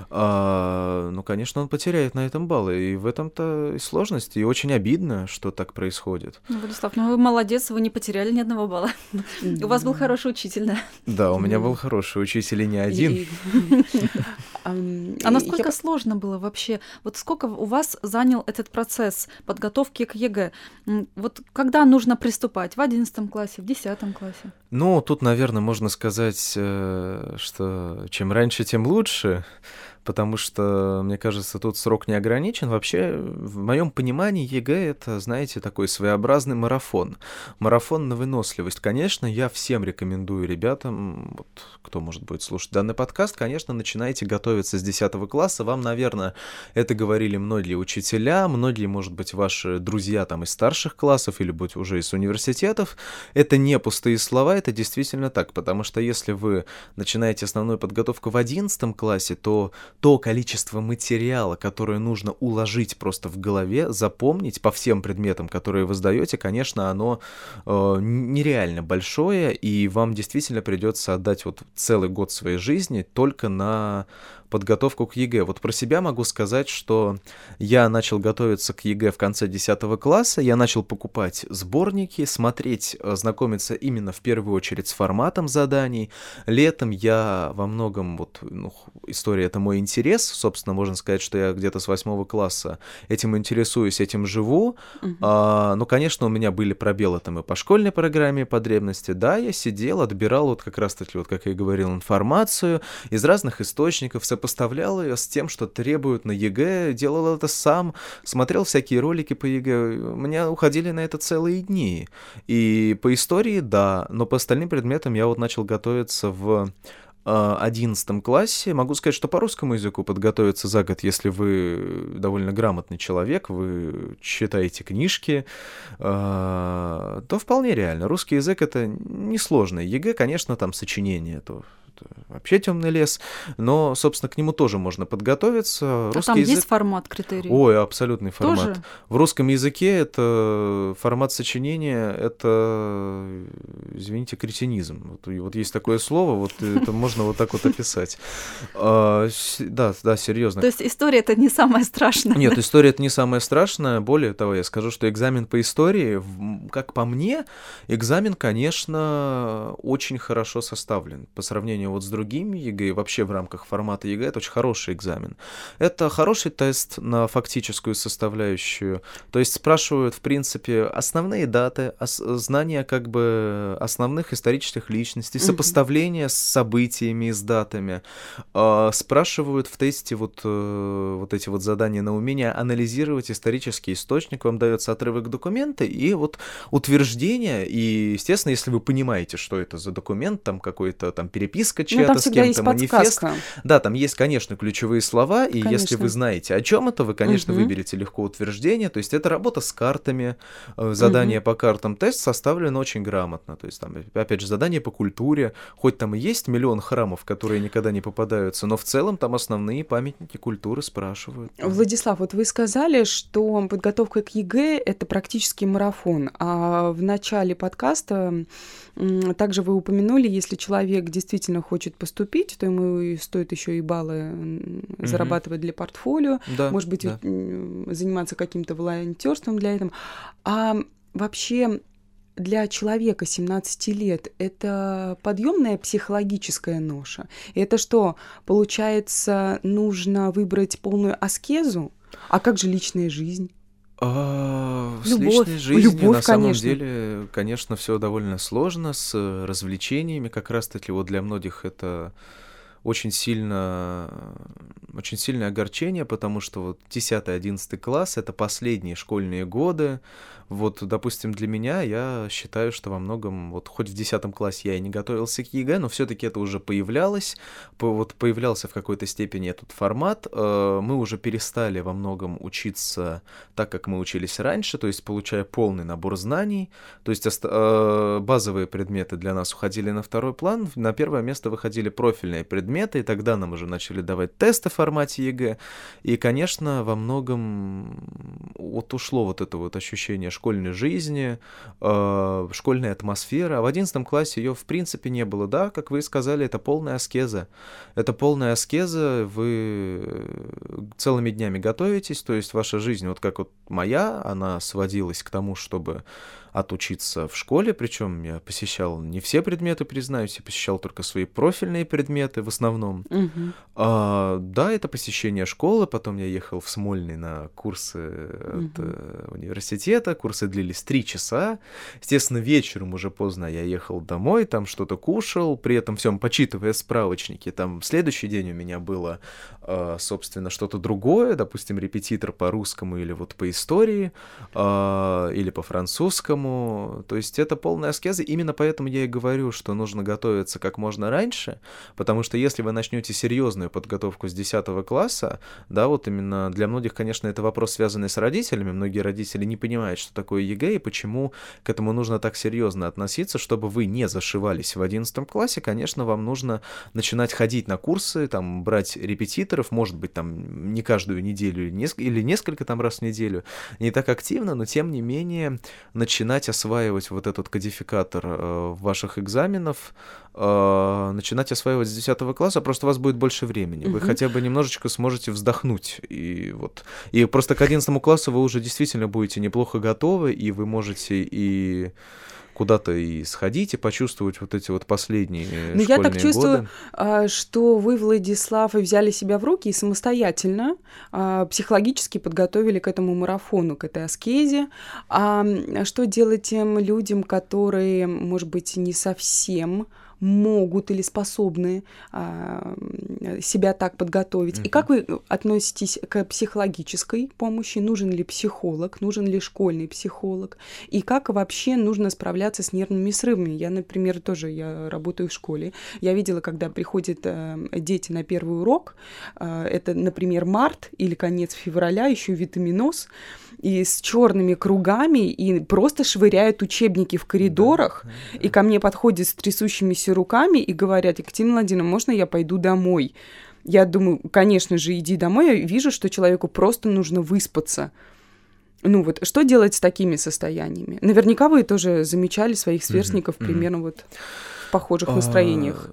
А, ну, конечно, он потеряет на этом баллы, и в этом-то и сложность, и очень обидно, что так происходит. Ну, Владислав, ну вы молодец, вы не потеряли ни одного балла. У вас был хороший учитель, да. Да, у меня Мгм. был хороший учитель, и не один. И- Ам, А и насколько я- сложно было вообще? Вот сколько у вас занял этот процесс подготовки к ЕГЭ? М, Вот когда нужно приступать? В одиннадцатом классе, в десятом классе? Ну, тут, наверное, можно сказать, э, что чем раньше, тем лучше, потому что, мне кажется, тут срок не ограничен. Вообще, в моем понимании, ЕГЭ — это, знаете, такой своеобразный марафон. Марафон на выносливость. Конечно, я всем рекомендую ребятам, вот, кто, может быть, слушать данный подкаст, конечно, начинайте готовиться с десятого класса. Вам, наверное, это говорили многие учителя, многие, может быть, ваши друзья там из старших классов или, быть, уже из университетов. Это не пустые слова, это действительно так, потому что если вы начинаете основную подготовку в одиннадцатом классе, то то количество материала, которое нужно уложить просто в голове, запомнить по всем предметам, которые вы сдаете, конечно, оно э, нереально большое, и вам действительно придется отдать вот целый год своей жизни только на подготовку к ЕГЭ. Вот про себя могу сказать, что я начал готовиться к ЕГЭ в конце десятого класса, я начал покупать сборники, смотреть, знакомиться именно в первую очередь с форматом заданий. Летом я во многом, вот, ну, история — это мой интерес, собственно, можно сказать, что я где-то с восьмого класса этим интересуюсь, этим живу. Мгм. А, ну, конечно, у меня были пробелы там и по школьной программе потребности. Да, я сидел, отбирал вот как раз-таки, вот как я и говорил, информацию из разных источников, сопоставлял ее с тем, что требуют на ЕГЭ, делал это сам, смотрел всякие ролики по ЕГЭ. У меня уходили на это целые дни. И по истории, да, но по остальным предметам я вот начал готовиться в одиннадцатом классе. Могу сказать, что по русскому языку подготовиться за год, если вы довольно грамотный человек, вы читаете книжки, то вполне реально. Русский язык — это несложно. ЕГЭ, конечно, там сочинение, то вообще темный лес, но, собственно, к нему тоже можно подготовиться. А Русский там язык... есть формат, критерий? Ой, абсолютный формат. Тоже? В русском языке это формат сочинения, это, извините, кретинизм. Вот, и вот есть такое слово, вот это можно вот так вот описать. А, с- да, да, серьезно. То есть история — это не самое страшное? Нет, история — это не самое страшное. Более того, я скажу, что экзамен по истории, в- как по мне, экзамен, конечно, очень хорошо составлен по сравнению сравнению вот с другими ЕГЭ, вообще в рамках формата ЕГЭ, это очень хороший экзамен. Это хороший тест на фактическую составляющую. То есть спрашивают, в принципе, основные даты, ос- знания как бы основных исторических личностей, сопоставление с событиями и с датами. А, спрашивают в тесте вот, э, вот эти вот задания на умение анализировать исторический источник, вам дается отрывок документа и вот утверждение, и, естественно, если вы понимаете, что это за документ, там какой-то там переписка чья-то ну, с кем-то, манифест. Подсказка. Да, там есть, конечно, ключевые слова, и конечно. Если вы знаете, о чем это, вы, конечно, угу. выберете легко утверждение, то есть это работа с картами, задание угу. по картам, тест составлен очень грамотно, то есть там, опять же, задание по культуре, хоть там и есть миллион храмов, которые никогда не попадаются, но в целом там основные памятники культуры спрашивают. Владислав, вот вы сказали, что подготовка к ЕГЭ — это практически марафон, а в начале подкаста также вы упомянули, если человек действительно хочет поступить, то ему стоит еще и баллы mm-hmm. зарабатывать для портфолио, да, может быть, да. заниматься каким-то волонтерством для этого. А вообще для человека семнадцати лет это подъемная психологическая ноша? Это что, получается, нужно выбрать полную аскезу? А как же личная жизнь? А, с любовь, личной жизнью любовь, на самом конечно. деле, конечно, все довольно сложно с развлечениями. Как раз-таки вот для многих это очень сильно, очень сильное огорчение, потому что вот десятый-одиннадцатый класс — это последние школьные годы. Вот, допустим, для меня, я считаю, что во многом, вот хоть в десятом классе я и не готовился к ЕГЭ, но все-таки это уже появлялось, по, вот появлялся в какой-то степени этот формат. Э, мы уже перестали во многом учиться так, как мы учились раньше, то есть получая полный набор знаний, то есть э, базовые предметы для нас уходили на второй план, на первое место выходили профильные предметы, и тогда нам уже начали давать тесты в формате ЕГЭ, и, конечно, во многом вот ушло вот это вот ощущение школьной жизни, э, школьная атмосфера. А в одиннадцатом классе ее в принципе не было. Да, как вы сказали, это полная аскеза. Это полная аскеза, вы целыми днями готовитесь, то есть ваша жизнь, вот как вот моя, она сводилась к тому, чтобы отучиться в школе, причем я посещал не все предметы, признаюсь, я посещал только свои профильные предметы в основном. Угу. А, да, это посещение школы, потом я ехал в Смольный на курсы угу. от uh, университета, курсы длились три часа, естественно, вечером уже поздно я ехал домой, там что-то кушал, при этом всем почитывая справочники, там в следующий день у меня было, uh, собственно, что-то другое, допустим, репетитор по русскому или вот по истории, uh, или по французскому. То есть это полная аскеза, именно поэтому я и говорю, что нужно готовиться как можно раньше, потому что если вы начнете серьезную подготовку с десятого класса, да, вот именно для многих, конечно, это вопрос, связанный с родителями, многие родители не понимают, что такое ЕГЭ и почему к этому нужно так серьезно относиться, чтобы вы не зашивались в одиннадцатом классе, конечно, вам нужно начинать ходить на курсы, там, брать репетиторов, может быть, там, не каждую неделю или несколько там раз в неделю, не так активно, но тем не менее начинать осваивать вот этот кодификатор э, ваших экзаменов, э, начинать осваивать с десятого класса, просто у вас будет больше времени. Вы uh-huh. хотя бы немножечко сможете вздохнуть. И, вот. и просто к одиннадцатому классу вы уже действительно будете неплохо готовы, и вы можете и куда-то и сходить, и почувствовать вот эти вот последние Но школьные я так чувствую, годы. Что вы, Владислав, взяли себя в руки и самостоятельно психологически подготовили к этому марафону, к этой аскезе. А что делать тем людям, которые, может быть, не совсем могут или способны а, себя так подготовить? Mm-hmm. И как вы относитесь к психологической помощи? Нужен ли психолог? Нужен ли школьный психолог? И как вообще нужно справляться с нервными срывами? Я, например, тоже я работаю в школе. Я видела, когда приходят а, дети на первый урок, а, это, например, март или конец февраля, еще витаминоз, и с черными кругами, и просто швыряют учебники в коридорах, да, да. И ко мне подходят с трясущимися руками и говорят: Екатерина Владимировна, можно я пойду домой? Я думаю, конечно же, иди домой. Я вижу, что человеку просто нужно выспаться. Ну вот, что делать с такими состояниями? Наверняка вы тоже замечали своих сверстников mm-hmm. примерно вот в похожих настроениях.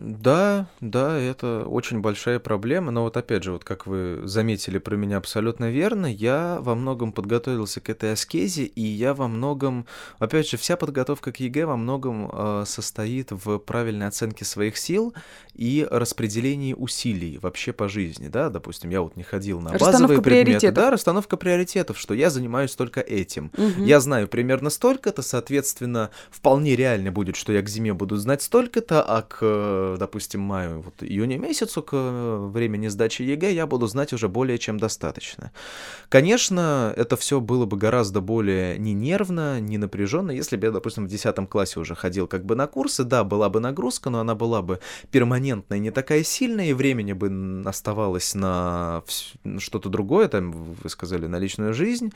Да, да, это очень большая проблема, но вот опять же, вот как вы заметили про меня абсолютно верно, я во многом подготовился к этой аскезе, и я во многом, опять же, вся подготовка к ЕГЭ во многом э, состоит в правильной оценке своих сил и распределении усилий вообще по жизни, да, допустим, я вот не ходил на базовые предметы, да, расстановка приоритетов, что я занимаюсь только этим, угу. Я знаю примерно столько-то, соответственно, вполне реально будет, что я к зиме буду знать столько-то, а к допустим, маю, вот июню месяцу, к времени сдачи ЕГЭ, я буду знать уже более чем достаточно. Конечно, это все было бы гораздо более не нервно, не напряженно, если бы я, допустим, в десятом классе уже ходил как бы на курсы, да, была бы нагрузка, но она была бы перманентная, не такая сильная, и времени бы оставалось на что-то другое, там, вы сказали, на личную жизнь,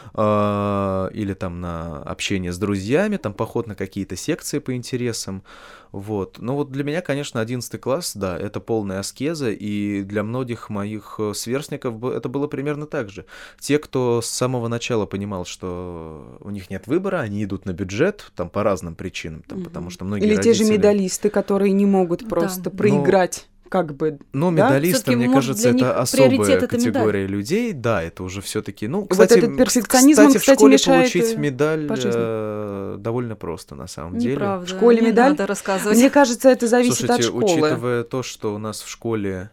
э- или там на общение с друзьями, там, поход на какие-то секции по интересам, вот. Но вот для меня, конечно, одиннадцатый класс, да, это полная аскеза, и для многих моих сверстников это было примерно так же. Те, кто с самого начала понимал, что у них нет выбора, они идут на бюджет, там, по разным причинам, там, угу. потому что многие Или родители... те же медалисты, которые не могут просто да. проиграть. Но... как бы, ну, да? медалисты, мне кажется, это особая это категория медаль. людей. Да, это уже все-таки, ну, кстати, вот этот перфекционизм, кстати, кстати, в школе мешает получить медаль э, довольно просто, на самом деле. Неправда. В школе не медаль? Надо рассказывать. Мне кажется, это зависит Слушайте, от школы. учитывая то, что у нас в школе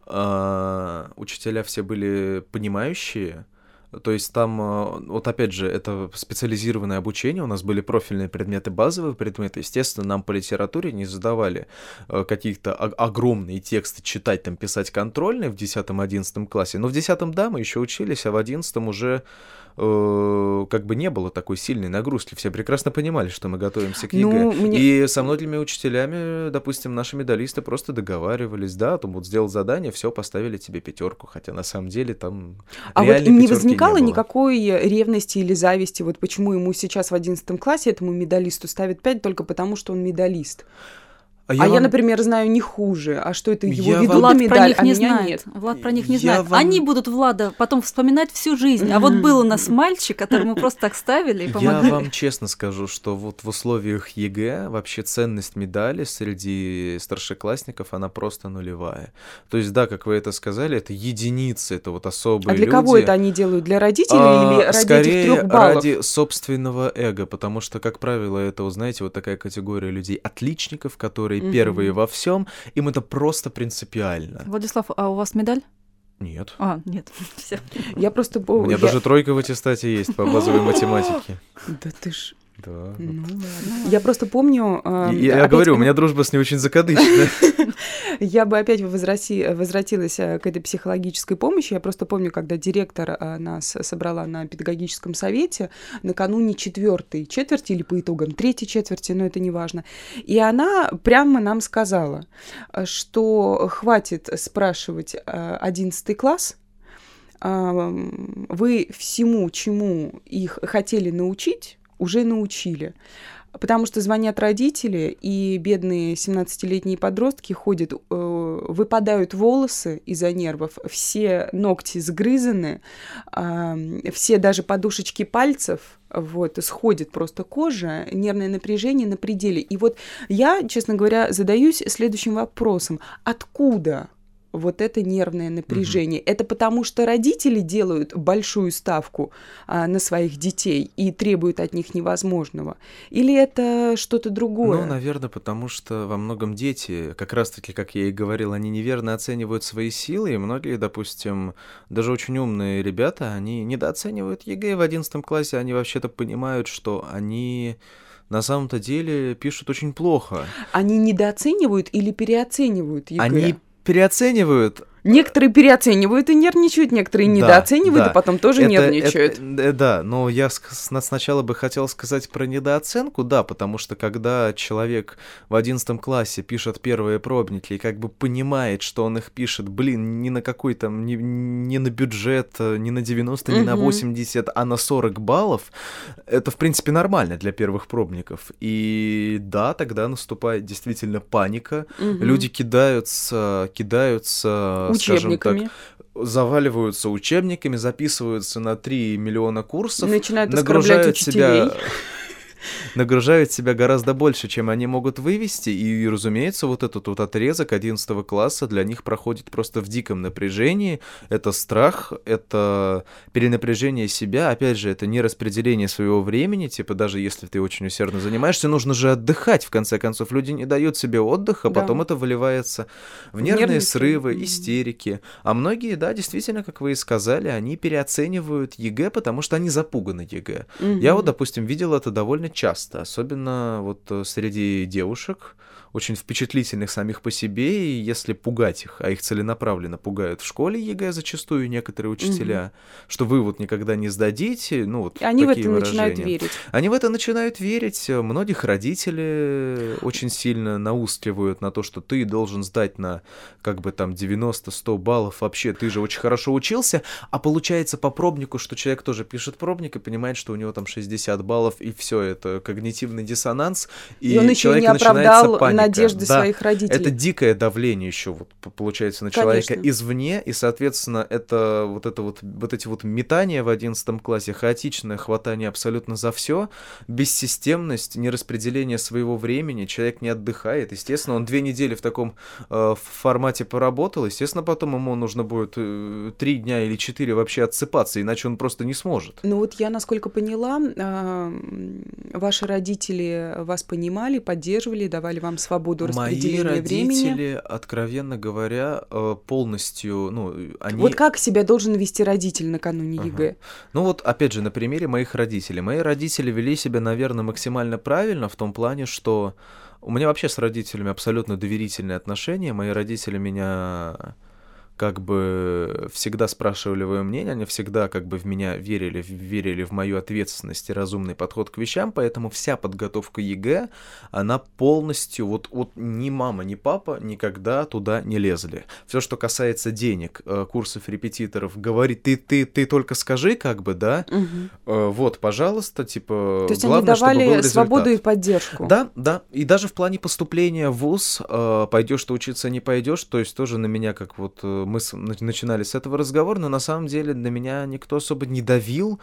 э, учителя все были понимающие, то есть там, вот опять же, это специализированное обучение, у нас были профильные предметы, базовые предметы, естественно, нам по литературе не задавали какие-то огромные тексты читать, там, писать контрольные в десятом-одиннадцатом классе, но в десятом, да, мы еще учились, а в одиннадцатом уже э, как бы не было такой сильной нагрузки, все прекрасно понимали, что мы готовимся к ЕГЭ, ну, мне... и со многими учителями, допустим, наши медалисты просто договаривались, да, там вот сделал задание, все, поставили тебе пятерку, хотя на самом деле там а реально вот им не возникало не никакой ревности или зависти, вот почему ему сейчас в одиннадцатом классе, этому медалисту ставят пять только потому, что он медалист? А, я, а вам... я, например, знаю не хуже. А что это его я ведут Влад на медаль, про них а не меня знает. нет? Влад про них не я знает. Вам... Они будут Влада потом вспоминать всю жизнь. А вот был у нас мальчик, который мы просто так ставили и помогали. Я вам честно скажу, что вот в условиях ЕГЭ вообще ценность медали среди старшеклассников, она просто нулевая. То есть, да, как вы это сказали, это единицы, это вот особые люди. А для люди. кого это они делают? Для родителей а, или ради скорее этих трех баллов? Ради собственного эго, потому что, как правило, это, вы знаете, вот такая категория людей-отличников, которые угу. первые во всем, им это просто принципиально. Владислав, а у вас медаль? Нет. А, нет, все. Я просто... У меня я... даже тройка в аттестате есть по базовой математике. Да ты ж... Да. Ну, ладно. Я просто помню... Э, я я говорю, у меня дружба с ней очень закадычная. Я бы опять возврати, возвратилась к этой психологической помощи. Я просто помню, когда директор нас собрала на педагогическом совете накануне четвертой четверти или по итогам третьей четверти, но это не важно. И она прямо нам сказала, что хватит спрашивать одиннадцатый класс, вы всему, чему их хотели научить, уже научили. Потому что звонят родители, и бедные семнадцатилетние подростки ходят, э, выпадают волосы из-за нервов, все ногти сгрызаны, э, все даже подушечки пальцев, вот, сходит просто кожа, нервное напряжение на пределе. И вот я, честно говоря, задаюсь следующим вопросом. Откуда вот это нервное напряжение? Mm-hmm. Это потому, что родители делают большую ставку а, на своих детей и требуют от них невозможного? Или это что-то другое? Ну, наверное, потому что во многом дети, как раз-таки, как я и говорил, они неверно оценивают свои силы, и многие, допустим, даже очень умные ребята, они недооценивают ЕГЭ в одиннадцатом классе, они вообще-то понимают, что они... на самом-то деле пишут очень плохо. Они недооценивают или переоценивают ЕГЭ? Они переоценивают. Некоторые переоценивают и нервничают, некоторые недооценивают, да, и потом тоже это, нервничают. Это, да, но я сначала бы хотел сказать про недооценку, да, потому что когда человек в одиннадцатом классе пишет первые пробники и как бы понимает, что он их пишет, блин, не на какой там, не, не на бюджет, не на девяносто, не угу. на восемьдесят, а на сорок баллов, это, в принципе, нормально для первых пробников. И да, тогда наступает действительно паника, угу. люди кидаются, кидаются... учебниками. Так, заваливаются учебниками, записываются на три миллиона курсов, начинают нагружают себя нагружают себя гораздо больше, чем они могут вывести, и, разумеется, вот этот вот отрезок одиннадцатого класса для них проходит просто в диком напряжении. Это страх, это перенапряжение себя, опять же, это не распределение своего времени, типа даже если ты очень усердно занимаешься, нужно же отдыхать, в конце концов. Люди не дают себе отдыха, Да. потом это выливается в нервные Нервники. срывы, Мгм. истерики. А многие, да, действительно, как вы и сказали, они переоценивают ЕГЭ, потому что они запуганы ЕГЭ. Я вот, Мгм. допустим, видел это довольно часто, особенно вот э, среди девушек, очень впечатлительных самих по себе, и если пугать их, а их целенаправленно пугают в школе ЕГЭ зачастую некоторые учителя, что вы вот никогда не сдадите, ну вот И они в такие это начинают выражения. верить. Они в это начинают верить. Многих родители очень сильно наускивают на то, что ты должен сдать на как бы там девяносто-сто баллов. Вообще, ты же очень хорошо учился. А получается по пробнику, что человек тоже пишет пробник и понимает, что у него там шестьдесят баллов, и все это когнитивный диссонанс. И, И он еще и не человека начинается оправдал паника. надежды Да. своих родителей. Это дикое давление еще вот п- получается на человека Конечно. извне, и, соответственно, это вот это вот вот эти вот метания в одиннадцатом классе, хаотичное хватание абсолютно за все, бессистемность, нераспределение своего времени, человек не отдыхает, естественно, он две недели в таком э, формате поработал, естественно, потом ему нужно будет э, три дня или четыре вообще отсыпаться, иначе он просто не сможет. Ну вот я, насколько поняла, а, м, ваши родители вас понимали, поддерживали, давали вам свободу Мои распределения времени. родители, откровенно говоря, э, полностью, ну, они... Вот как себя должен вести родитель накануне Ага. ЕГЭ? Ну вот, опять же, на примере моих родителей. Мои родители вели себя, наверное, максимально правильно в том плане, что у меня вообще с родителями абсолютно доверительные отношения. Мои родители меня как бы всегда спрашивали мое мнение, они всегда как бы в меня верили, в- верили в мою ответственность и разумный подход к вещам, поэтому вся подготовка ЕГЭ, она полностью, вот, вот ни мама, ни папа никогда туда не лезли. Все, что касается денег, э, курсов репетиторов, говорит, ты, ты, ты только скажи, как бы, да, Мгм. э, вот, пожалуйста, типа, То есть главное, они чтобы был давали результат. свободу и поддержку. Да, да. И даже в плане поступления в вуз, э, пойдешь ты учиться, не пойдешь, то есть тоже на меня, как вот э, мы с- на- начинали с этого разговора, но на самом деле на меня никто особо не давил,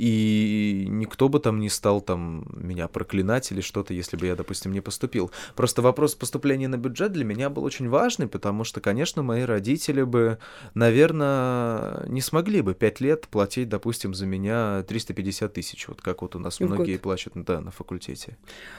и никто бы там не стал там меня проклинать или что-то, если бы я, допустим, не поступил. Просто вопрос поступления на бюджет для меня был очень важный, потому что, конечно, мои родители бы, наверное, не смогли бы пять лет платить, допустим, за меня триста пятьдесят тысяч, вот как вот у нас В многие год. плачут, да, на факультете.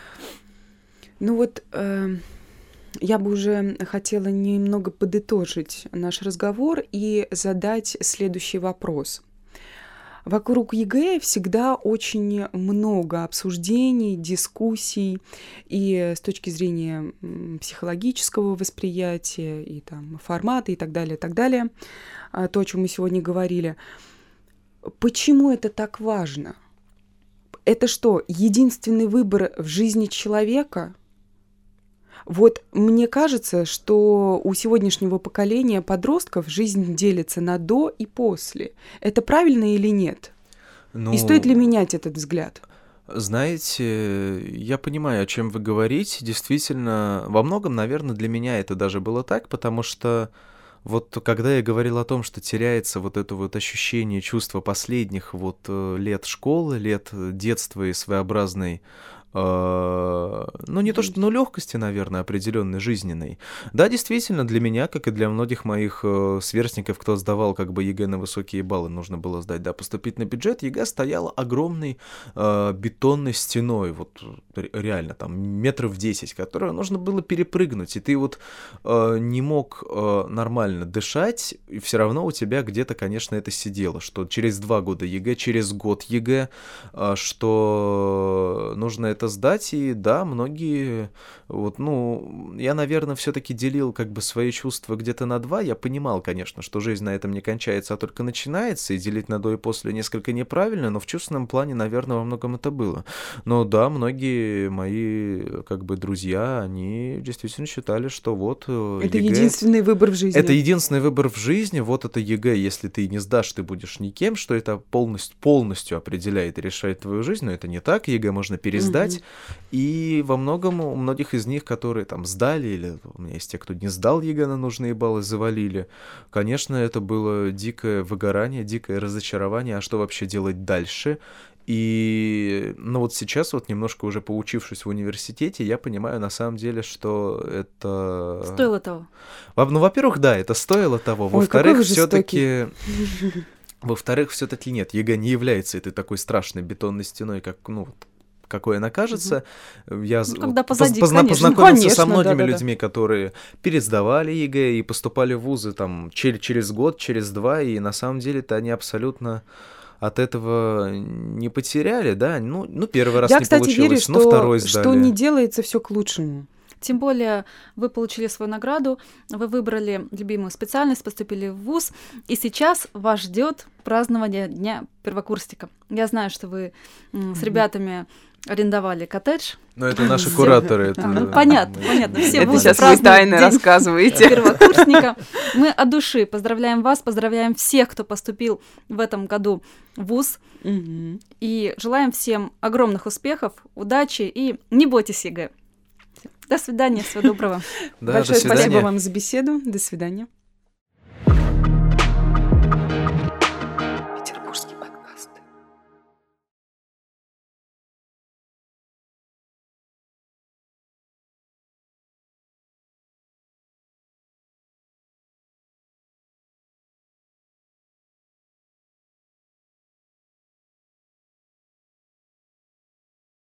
Ну вот э, я бы уже хотела немного подытожить наш разговор и задать следующий вопрос. Вокруг ЕГЭ всегда очень много обсуждений, дискуссий, и с точки зрения м, психологического восприятия, и там формата, и так далее, и так далее, а, то, о чем мы сегодня говорили. Почему это так важно? Это что, единственный выбор в жизни человека? Вот мне кажется, что у сегодняшнего поколения подростков жизнь делится на до и после. Это правильно или нет? Ну, И стоит ли менять этот взгляд? знаете, я понимаю, о чем вы говорите. Действительно, во многом, наверное, для меня это даже было так, потому что вот когда я говорил о том, что теряется вот это вот ощущение, чувство последних вот э, лет школы, лет э, детства и своеобразной, э, ну не то что, ну легкости, наверное, определенной жизненной. Да, действительно, для меня, как и для многих моих э, сверстников, кто сдавал как бы ЕГЭ на высокие баллы, нужно было сдать, да, поступить на бюджет, ЕГЭ стояла огромной э, бетонной стеной, вот ре- реально там метров десять, которую нужно было перепрыгнуть, и ты вот э, не мог э, нормально дышать, и все равно у тебя где-то, конечно, это сидело, что через два года ЕГЭ, через год ЕГЭ, э, что нужно это сдать, и да, многие, вот, ну, я, наверное, все-таки делил как бы свои чувства где-то на два, я понимал, конечно, что жизнь на этом не кончается, а только начинается, и делить на до и после несколько неправильно, но в чувственном плане, наверное, во многом это было. Но да, многие мои, как бы, друзья, они действительно считали, что вот э, Это ЕГЭ... единственный выбор в жизни. Это единственный выбор в жизни, вот это ЕГЭ, если ты не сдашь, ты будешь никем, что это полностью, полностью определяет и решает твою жизнь, но это не так, ЕГЭ можно пересдать, и во многом у многих из них, которые там сдали, или у меня есть те, кто не сдал ЕГЭ на нужные баллы, завалили, конечно, это было дикое выгорание, дикое разочарование, а что вообще делать дальше? И, ну вот сейчас вот немножко уже поучившись в университете, я понимаю на самом деле, что это... Стоило того. Ну, во-первых, да, это стоило того. Во-вторых, все-таки... Во-вторых, все-таки нет, ЕГЭ не является этой такой страшной бетонной стеной, как, ну, какой она кажется. Угу. Я ну, когда позади, позна- конечно. познакомился конечно, со многими да, да, людьми, да. которые пересдавали ЕГЭ и поступали в вузы там через, через год, через два, и на самом деле-то они абсолютно от этого не потеряли, да? Ну, ну первый раз Я, не кстати, получилось, верю, но что, второй сдали. что не делается все к лучшему. Тем более вы получили свою награду, вы выбрали любимую специальность, поступили в вуз, и сейчас вас ждет празднование Дня первокурсника. Я знаю, что вы mm-hmm. с ребятами арендовали коттедж. Ну, это наши кураторы. Это... Ну, понятно, понятно. Все это вузы сейчас вы тайны День рассказываете. Первокурсника. Мы от души поздравляем вас, поздравляем всех, кто поступил в этом году в вуз. Угу. И желаем всем огромных успехов, удачи и не бойтесь ЕГЭ. До свидания, всего доброго. Да, Большое до свидания. спасибо вам за беседу. До свидания.